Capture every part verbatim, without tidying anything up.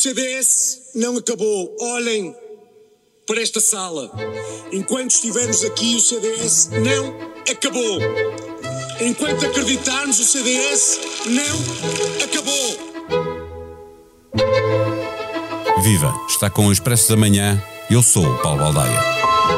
C D S não acabou. Olhem para esta sala. Enquanto estivermos aqui, o C D S não acabou. Enquanto acreditarmos, o C D S não acabou. Viva! Está com o Expresso da Manhã. Eu sou o Paulo Baldaia.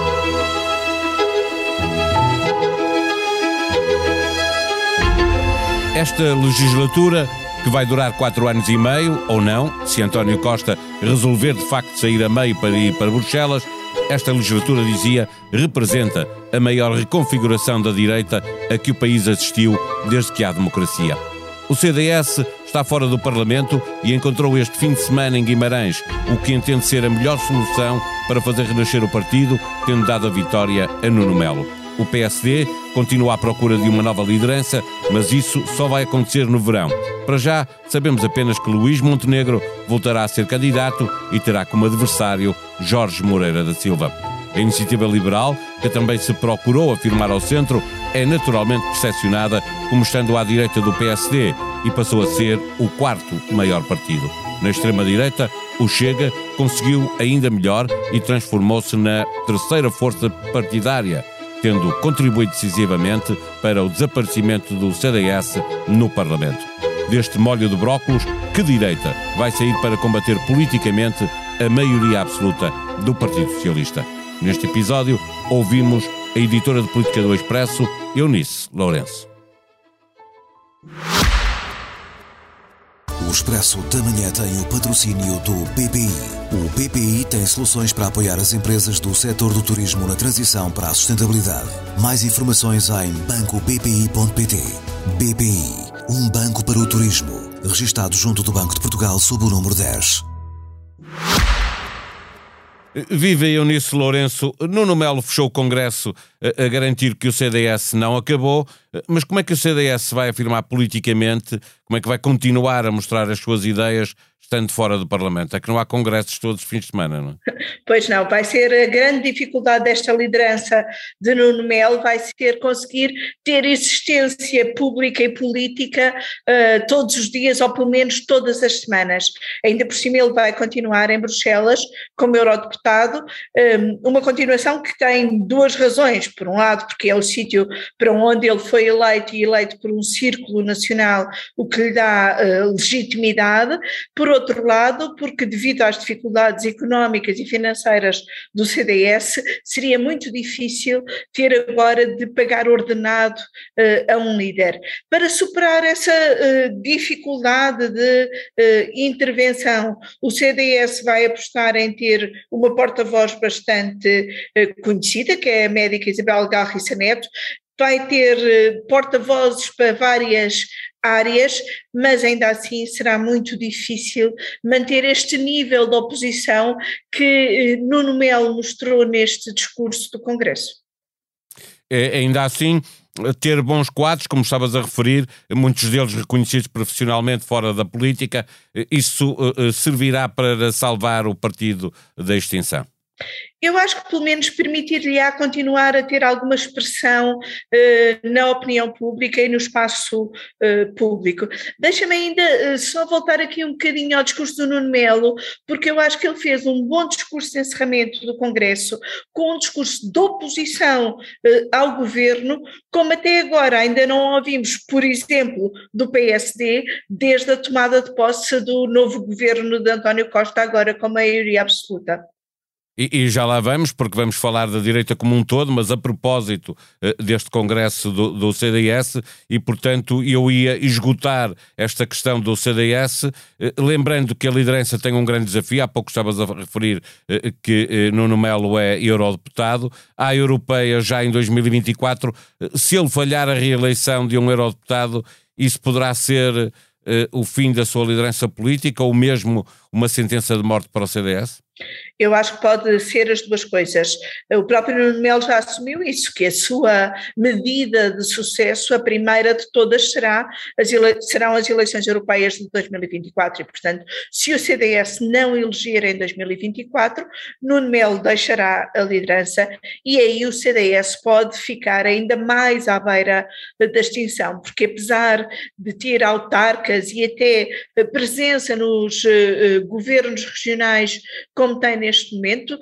Esta legislatura, que vai durar quatro anos e meio, ou não, se António Costa resolver de facto sair a meio para ir para Bruxelas, esta legislatura, dizia, representa a maior reconfiguração da direita a que o país assistiu desde que há democracia. O C D S está fora do Parlamento e encontrou este fim de semana em Guimarães o que entende ser a melhor solução para fazer renascer o partido, tendo dado a vitória a Nuno Melo. O P S D continua à procura de uma nova liderança, mas isso só vai acontecer no verão. Para já, sabemos apenas que Luís Montenegro voltará a ser candidato e terá como adversário Jorge Moreira da Silva. A Iniciativa Liberal, que também se procurou afirmar ao centro, é naturalmente percepcionada como estando à direita do P S D e passou a ser o quarto maior partido. Na extrema-direita, o Chega conseguiu ainda melhor e transformou-se na terceira força partidária, tendo contribuído decisivamente para o desaparecimento do C D S no Parlamento. Deste molho de brócolos, que direita vai sair para combater politicamente a maioria absoluta do Partido Socialista? Neste episódio, ouvimos a editora de política do Expresso, Eunice Lourenço. O Expresso da Manhã tem o patrocínio do B P I. O B P I tem soluções para apoiar as empresas do setor do turismo na transição para a sustentabilidade. Mais informações em banco b p i ponto p t. B P I, um banco para o turismo. Registado junto do Banco de Portugal sob o número dez. Viva Eunice Lourenço. Nuno Melo fechou o Congresso a, a garantir que o C D S não acabou, mas como é que o C D S vai afirmar politicamente, como é que vai continuar a mostrar as suas ideias estando fora do Parlamento? É que não há congressos todos os fins de semana, não é? Pois não, vai ser a grande dificuldade desta liderança de Nuno Melo, vai ser conseguir ter existência pública e política uh, todos os dias, ou pelo menos todas as semanas. Ainda por cima ele vai continuar em Bruxelas como eurodeputado, um, uma continuação que tem duas razões. Por um lado, porque é o sítio para onde ele foi eleito e eleito por um círculo nacional, o que lhe dá uh, legitimidade. Por outro lado, porque devido às dificuldades económicas e financeiras do C D S, seria muito difícil ter agora de pagar ordenado uh, a um líder. Para superar essa uh, dificuldade de uh, intervenção, o C D S vai apostar em ter uma porta-voz bastante uh, conhecida, que é a médica Isabel Garriça Neto, vai ter uh, porta-vozes para várias áreas, mas ainda assim será muito difícil manter este nível de oposição que Nuno Melo mostrou neste discurso do Congresso. É, ainda assim, ter bons quadros, como estavas a referir, muitos deles reconhecidos profissionalmente fora da política, isso uh, servirá para salvar o partido da extinção? Eu acho que pelo menos permitir-lhe-á continuar a ter alguma expressão uh, na opinião pública e no espaço uh, público. Deixa-me ainda uh, só voltar aqui um bocadinho ao discurso do Nuno Melo, porque eu acho que ele fez um bom discurso de encerramento do Congresso, com um discurso de oposição uh, ao governo, como até agora ainda não ouvimos, por exemplo, do P S D, desde a tomada de posse do novo governo de António Costa, agora com maioria absoluta. E, e já lá vamos, porque vamos falar da direita como um todo, mas a propósito uh, deste congresso do, do C D S, e portanto eu ia esgotar esta questão do C D S, uh, lembrando que a liderança tem um grande desafio. Há pouco estavas a referir uh, que uh, Nuno Melo é eurodeputado, há europeia já em dois mil e vinte e quatro, uh, se ele falhar a reeleição de um eurodeputado, isso poderá ser uh, o fim da sua liderança política ou mesmo uma sentença de morte para o C D S? Eu acho que pode ser as duas coisas. O próprio Nuno Melo já assumiu isso, que a sua medida de sucesso, a primeira de todas, será as ele- serão as eleições europeias de dois mil e vinte e quatro e, portanto, se o C D S não eleger em dois mil e vinte e quatro, Nuno Melo deixará a liderança e aí o C D S pode ficar ainda mais à beira da extinção, porque apesar de ter autarcas e até presença nos uh, governos regionais como tem neste momento,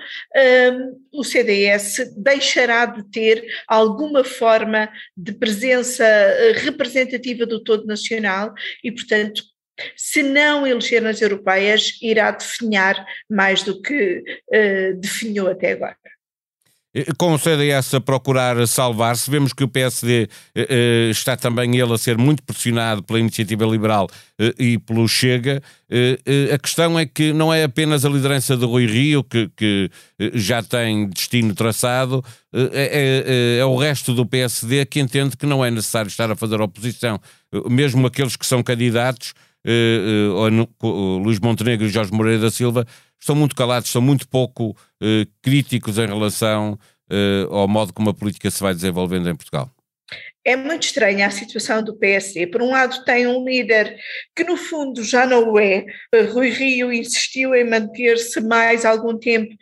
um, o C D S deixará de ter alguma forma de presença uh, representativa do todo nacional e, portanto, se não eleger nas europeias, irá definhar mais do que uh, definhou até agora. Com o C D S a procurar salvar-se, vemos que o P S D eh, está também ele a ser muito pressionado pela Iniciativa Liberal eh, e pelo Chega. Eh, eh, a questão é que não é apenas a liderança de Rui Rio, que, que eh, já tem destino traçado, eh, é, é, é o resto do P S D que entende que não é necessário estar a fazer oposição. Eh, mesmo aqueles que são candidatos, eh, eh, Luís Montenegro e Jorge Moreira da Silva, estão muito calados, são muito pouco eh, críticos em relação eh, ao modo como a política se vai desenvolvendo em Portugal. É muito estranha a situação do P S D. Por um lado tem um líder que no fundo já não o é. Rui Rio insistiu em manter-se mais algum tempo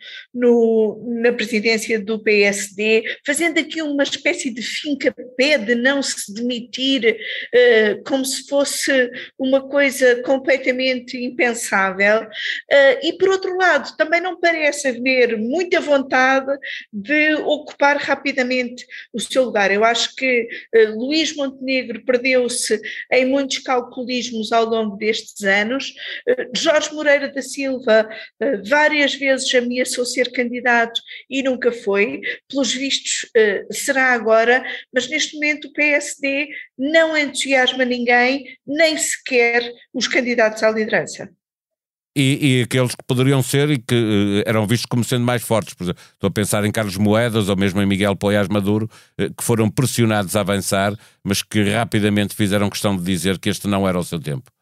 no, na presidência do P S D, fazendo aqui uma espécie de finca-pé de não se demitir, uh, como se fosse uma coisa completamente impensável. Uh, e por outro lado também não parece haver muita vontade de ocupar rapidamente o seu lugar. Eu acho que Uh, Luís Montenegro perdeu-se em muitos calculismos ao longo destes anos. Uh, Jorge Moreira da Silva uh, várias vezes ameaçou ser candidato e nunca foi. Pelos vistos uh, será agora, mas neste momento o P S D não entusiasma ninguém, nem sequer os candidatos à liderança. E, e aqueles que poderiam ser e que uh, eram vistos como sendo mais fortes, por exemplo, estou a pensar em Carlos Moedas ou mesmo em Miguel Poiás Maduro, uh, que foram pressionados a avançar, mas que rapidamente fizeram questão de dizer que este não era o seu tempo.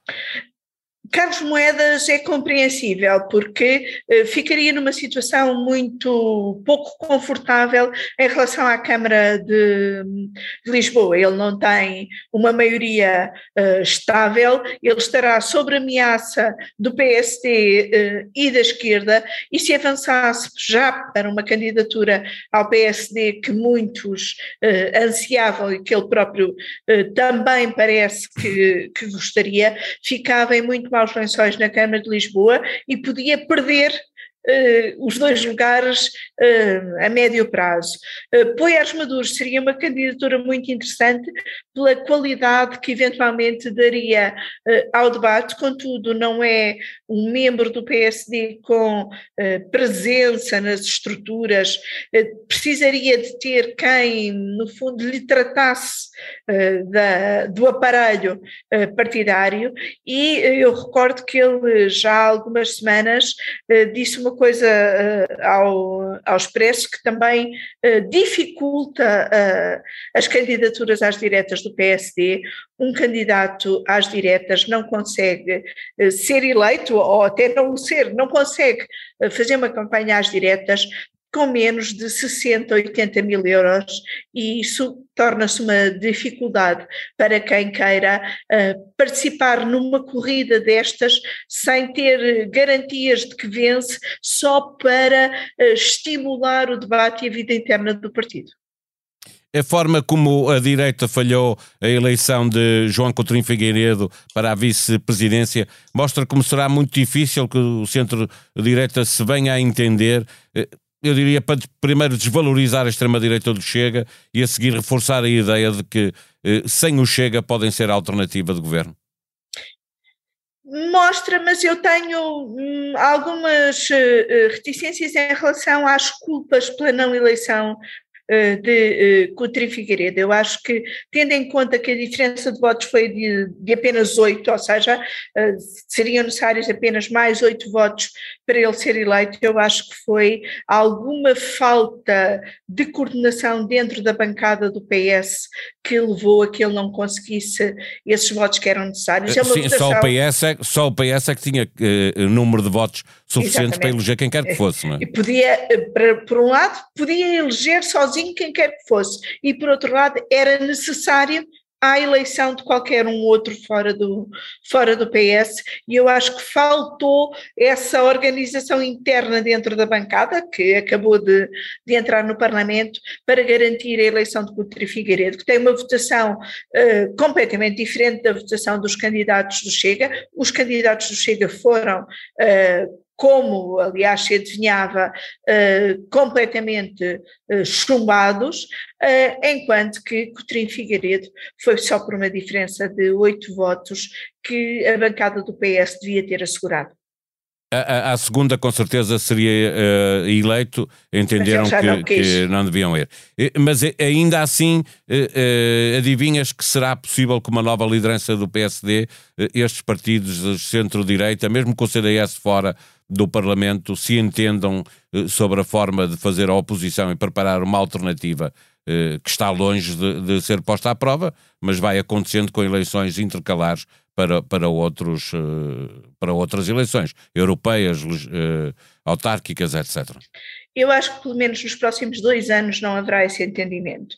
Carlos Moedas é compreensível porque uh, ficaria numa situação muito pouco confortável em relação à Câmara de, de Lisboa. Ele não tem uma maioria uh, estável, ele estará sob ameaça do P S D uh, e da esquerda e se avançasse já para uma candidatura ao P S D que muitos uh, ansiavam e que ele próprio uh, também parece que, que gostaria, ficava em muito aos lençóis na Câmara de Lisboa e podia perder uh, os dois lugares uh, a médio prazo. Uh, Poiás Maduro seria uma candidatura muito interessante pela qualidade que eventualmente daria uh, ao debate, contudo não é um membro do P S D com uh, presença nas estruturas, uh, precisaria de ter quem no fundo lhe tratasse uh, da, do aparelho uh, partidário e uh, eu recordo que ele já há algumas semanas uh, disse uma coisa uh, ao, ao Expresso que também uh, dificulta uh, as candidaturas às diretas do P S D. Um candidato às diretas não consegue uh, ser eleito ou até não ser, não consegue uh, fazer uma campanha às diretas com menos de sessenta, oitenta mil euros e isso torna-se uma dificuldade para quem queira uh, participar numa corrida destas sem ter garantias de que vence só para uh, estimular o debate e a vida interna do partido. A forma como a direita falhou a eleição de João Coutinho Figueiredo para a vice-presidência mostra como será muito difícil que o centro-direita se venha a entender, eu diria, para primeiro desvalorizar a extrema-direita do Chega e a seguir reforçar a ideia de que sem o Chega podem ser a alternativa de governo. Mostra, mas eu tenho hum, algumas uh, reticências em relação às culpas pela não eleição uh, de uh, Coutinho Figueiredo. Eu acho que, tendo em conta que a diferença de votos foi de, de apenas oito, ou seja, uh, seriam necessários apenas mais oito votos para ele ser eleito, eu acho que foi alguma falta de coordenação dentro da bancada do P S que levou a que ele não conseguisse esses votos que eram necessários. É uma Sim, votação... só, o P S é, só o P S é que tinha uh, número de votos suficiente Exatamente. Para eleger quem quer que fosse, não é? E podia, para, por um lado, podia eleger sozinho quem quer que fosse, e por outro lado era necessário à eleição de qualquer um outro fora do, fora do P S, e eu acho que faltou essa organização interna dentro da bancada, que acabou de, de entrar no Parlamento, para garantir a eleição de Coutinho Figueiredo, que tem uma votação uh, completamente diferente da votação dos candidatos do Chega. Os candidatos do Chega foram... Uh, como, aliás, se adivinhava, uh, completamente uh, chumbados, uh, enquanto que Coutinho Figueiredo foi só por uma diferença de oito votos que a bancada do P S devia ter assegurado. A, a, a segunda, com certeza, seria uh, eleito, entenderam que não, que não deviam ir. Mas ainda assim, uh, uh, adivinhas que será possível que uma nova liderança do P S D, uh, estes partidos de centro-direita, mesmo com o C D S fora do Parlamento, se entendam uh, sobre a forma de fazer a oposição e preparar uma alternativa uh, que está longe de, de ser posta à prova, mas vai acontecendo com eleições intercalares para, para, outros, uh, para outras eleições, europeias, uh, autárquicas, etcétera. Eu acho que pelo menos nos próximos dois anos não haverá esse entendimento.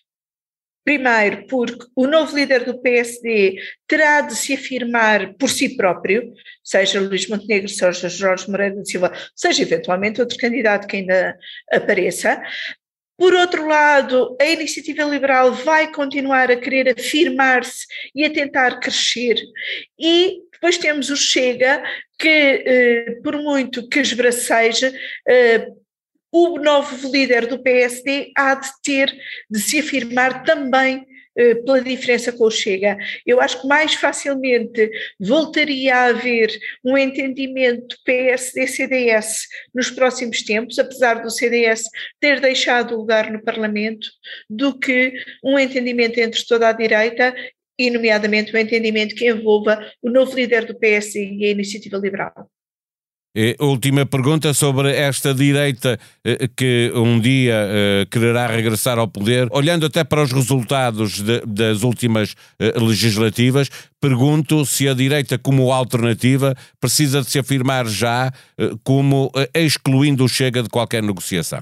Primeiro, porque o novo líder do P S D terá de se afirmar por si próprio, seja Luís Montenegro, seja Jorge Moreira da Silva, seja eventualmente outro candidato que ainda apareça. Por outro lado, a Iniciativa Liberal vai continuar a querer afirmar-se e a tentar crescer. E depois temos o Chega, que eh, por muito que esbraceje, eh, o novo líder do P S D há de ter de se afirmar também eh, pela diferença com o Chega. Eu acho que mais facilmente voltaria a haver um entendimento P S D C D S nos próximos tempos, apesar do C D S ter deixado lugar no Parlamento, do que um entendimento entre toda a direita, e nomeadamente um entendimento que envolva o novo líder do P S D e a Iniciativa Liberal. E, última pergunta sobre esta direita eh, que um dia eh, quererá regressar ao poder. Olhando até para os resultados de, das últimas eh, legislativas, pergunto se a direita como alternativa precisa de se afirmar já eh, como eh, excluindo o Chega de qualquer negociação.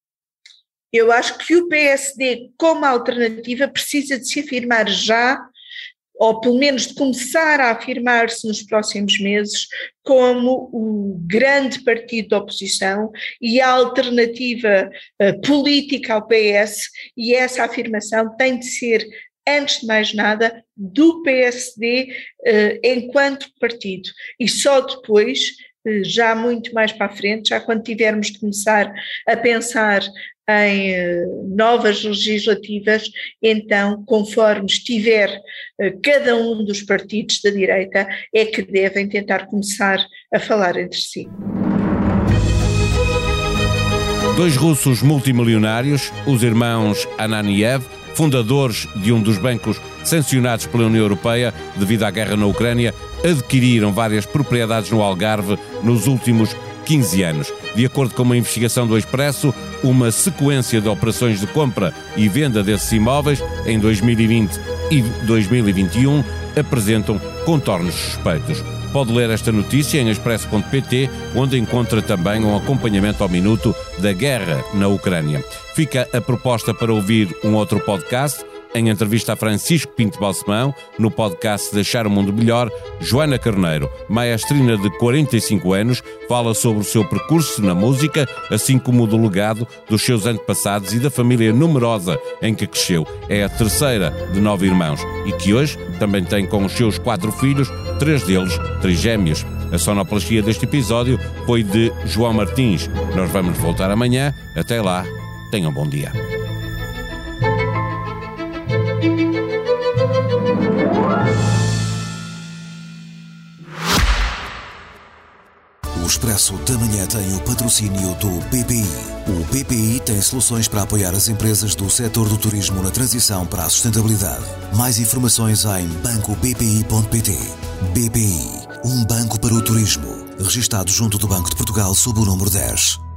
Eu acho que o P S D como alternativa precisa de se afirmar já, ou pelo menos de começar a afirmar-se nos próximos meses como o grande partido da oposição e a alternativa uh, política ao P S, e essa afirmação tem de ser, antes de mais nada, do P S D uh, enquanto partido, e só depois, uh, já muito mais para a frente, já quando tivermos de começar a pensar em uh, novas legislativas, então, conforme estiver uh, cada um dos partidos da direita, é que devem tentar começar a falar entre si. Dois russos multimilionários, os irmãos Ananiev, fundadores de um dos bancos sancionados pela União Europeia devido à guerra na Ucrânia, adquiriram várias propriedades no Algarve nos últimos quinze anos. De acordo com uma investigação do Expresso, uma sequência de operações de compra e venda desses imóveis em dois mil e vinte e dois mil e vinte e um apresentam contornos suspeitos. Pode ler esta notícia em expresso ponto pt, onde encontra também um acompanhamento ao minuto da guerra na Ucrânia. Fica a proposta para ouvir um outro podcast. Em entrevista a Francisco Pinto Balsemão, no podcast Deixar o Mundo Melhor, Joana Carneiro, maestrina de quarenta e cinco anos, fala sobre o seu percurso na música, assim como o do legado dos seus antepassados e da família numerosa em que cresceu. É a terceira de nove irmãos e que hoje também tem com os seus quatro filhos, três deles trigêmeos. A sonoplastia deste episódio foi de João Martins. Nós vamos voltar amanhã. Até lá, tenham um bom dia. Expresso da Manhã tem o patrocínio do B P I. O B P I tem soluções para apoiar as empresas do setor do turismo na transição para a sustentabilidade. Mais informações em banco b p i ponto p t. B P I, um banco para o turismo. Registado junto do Banco de Portugal sob o número dez.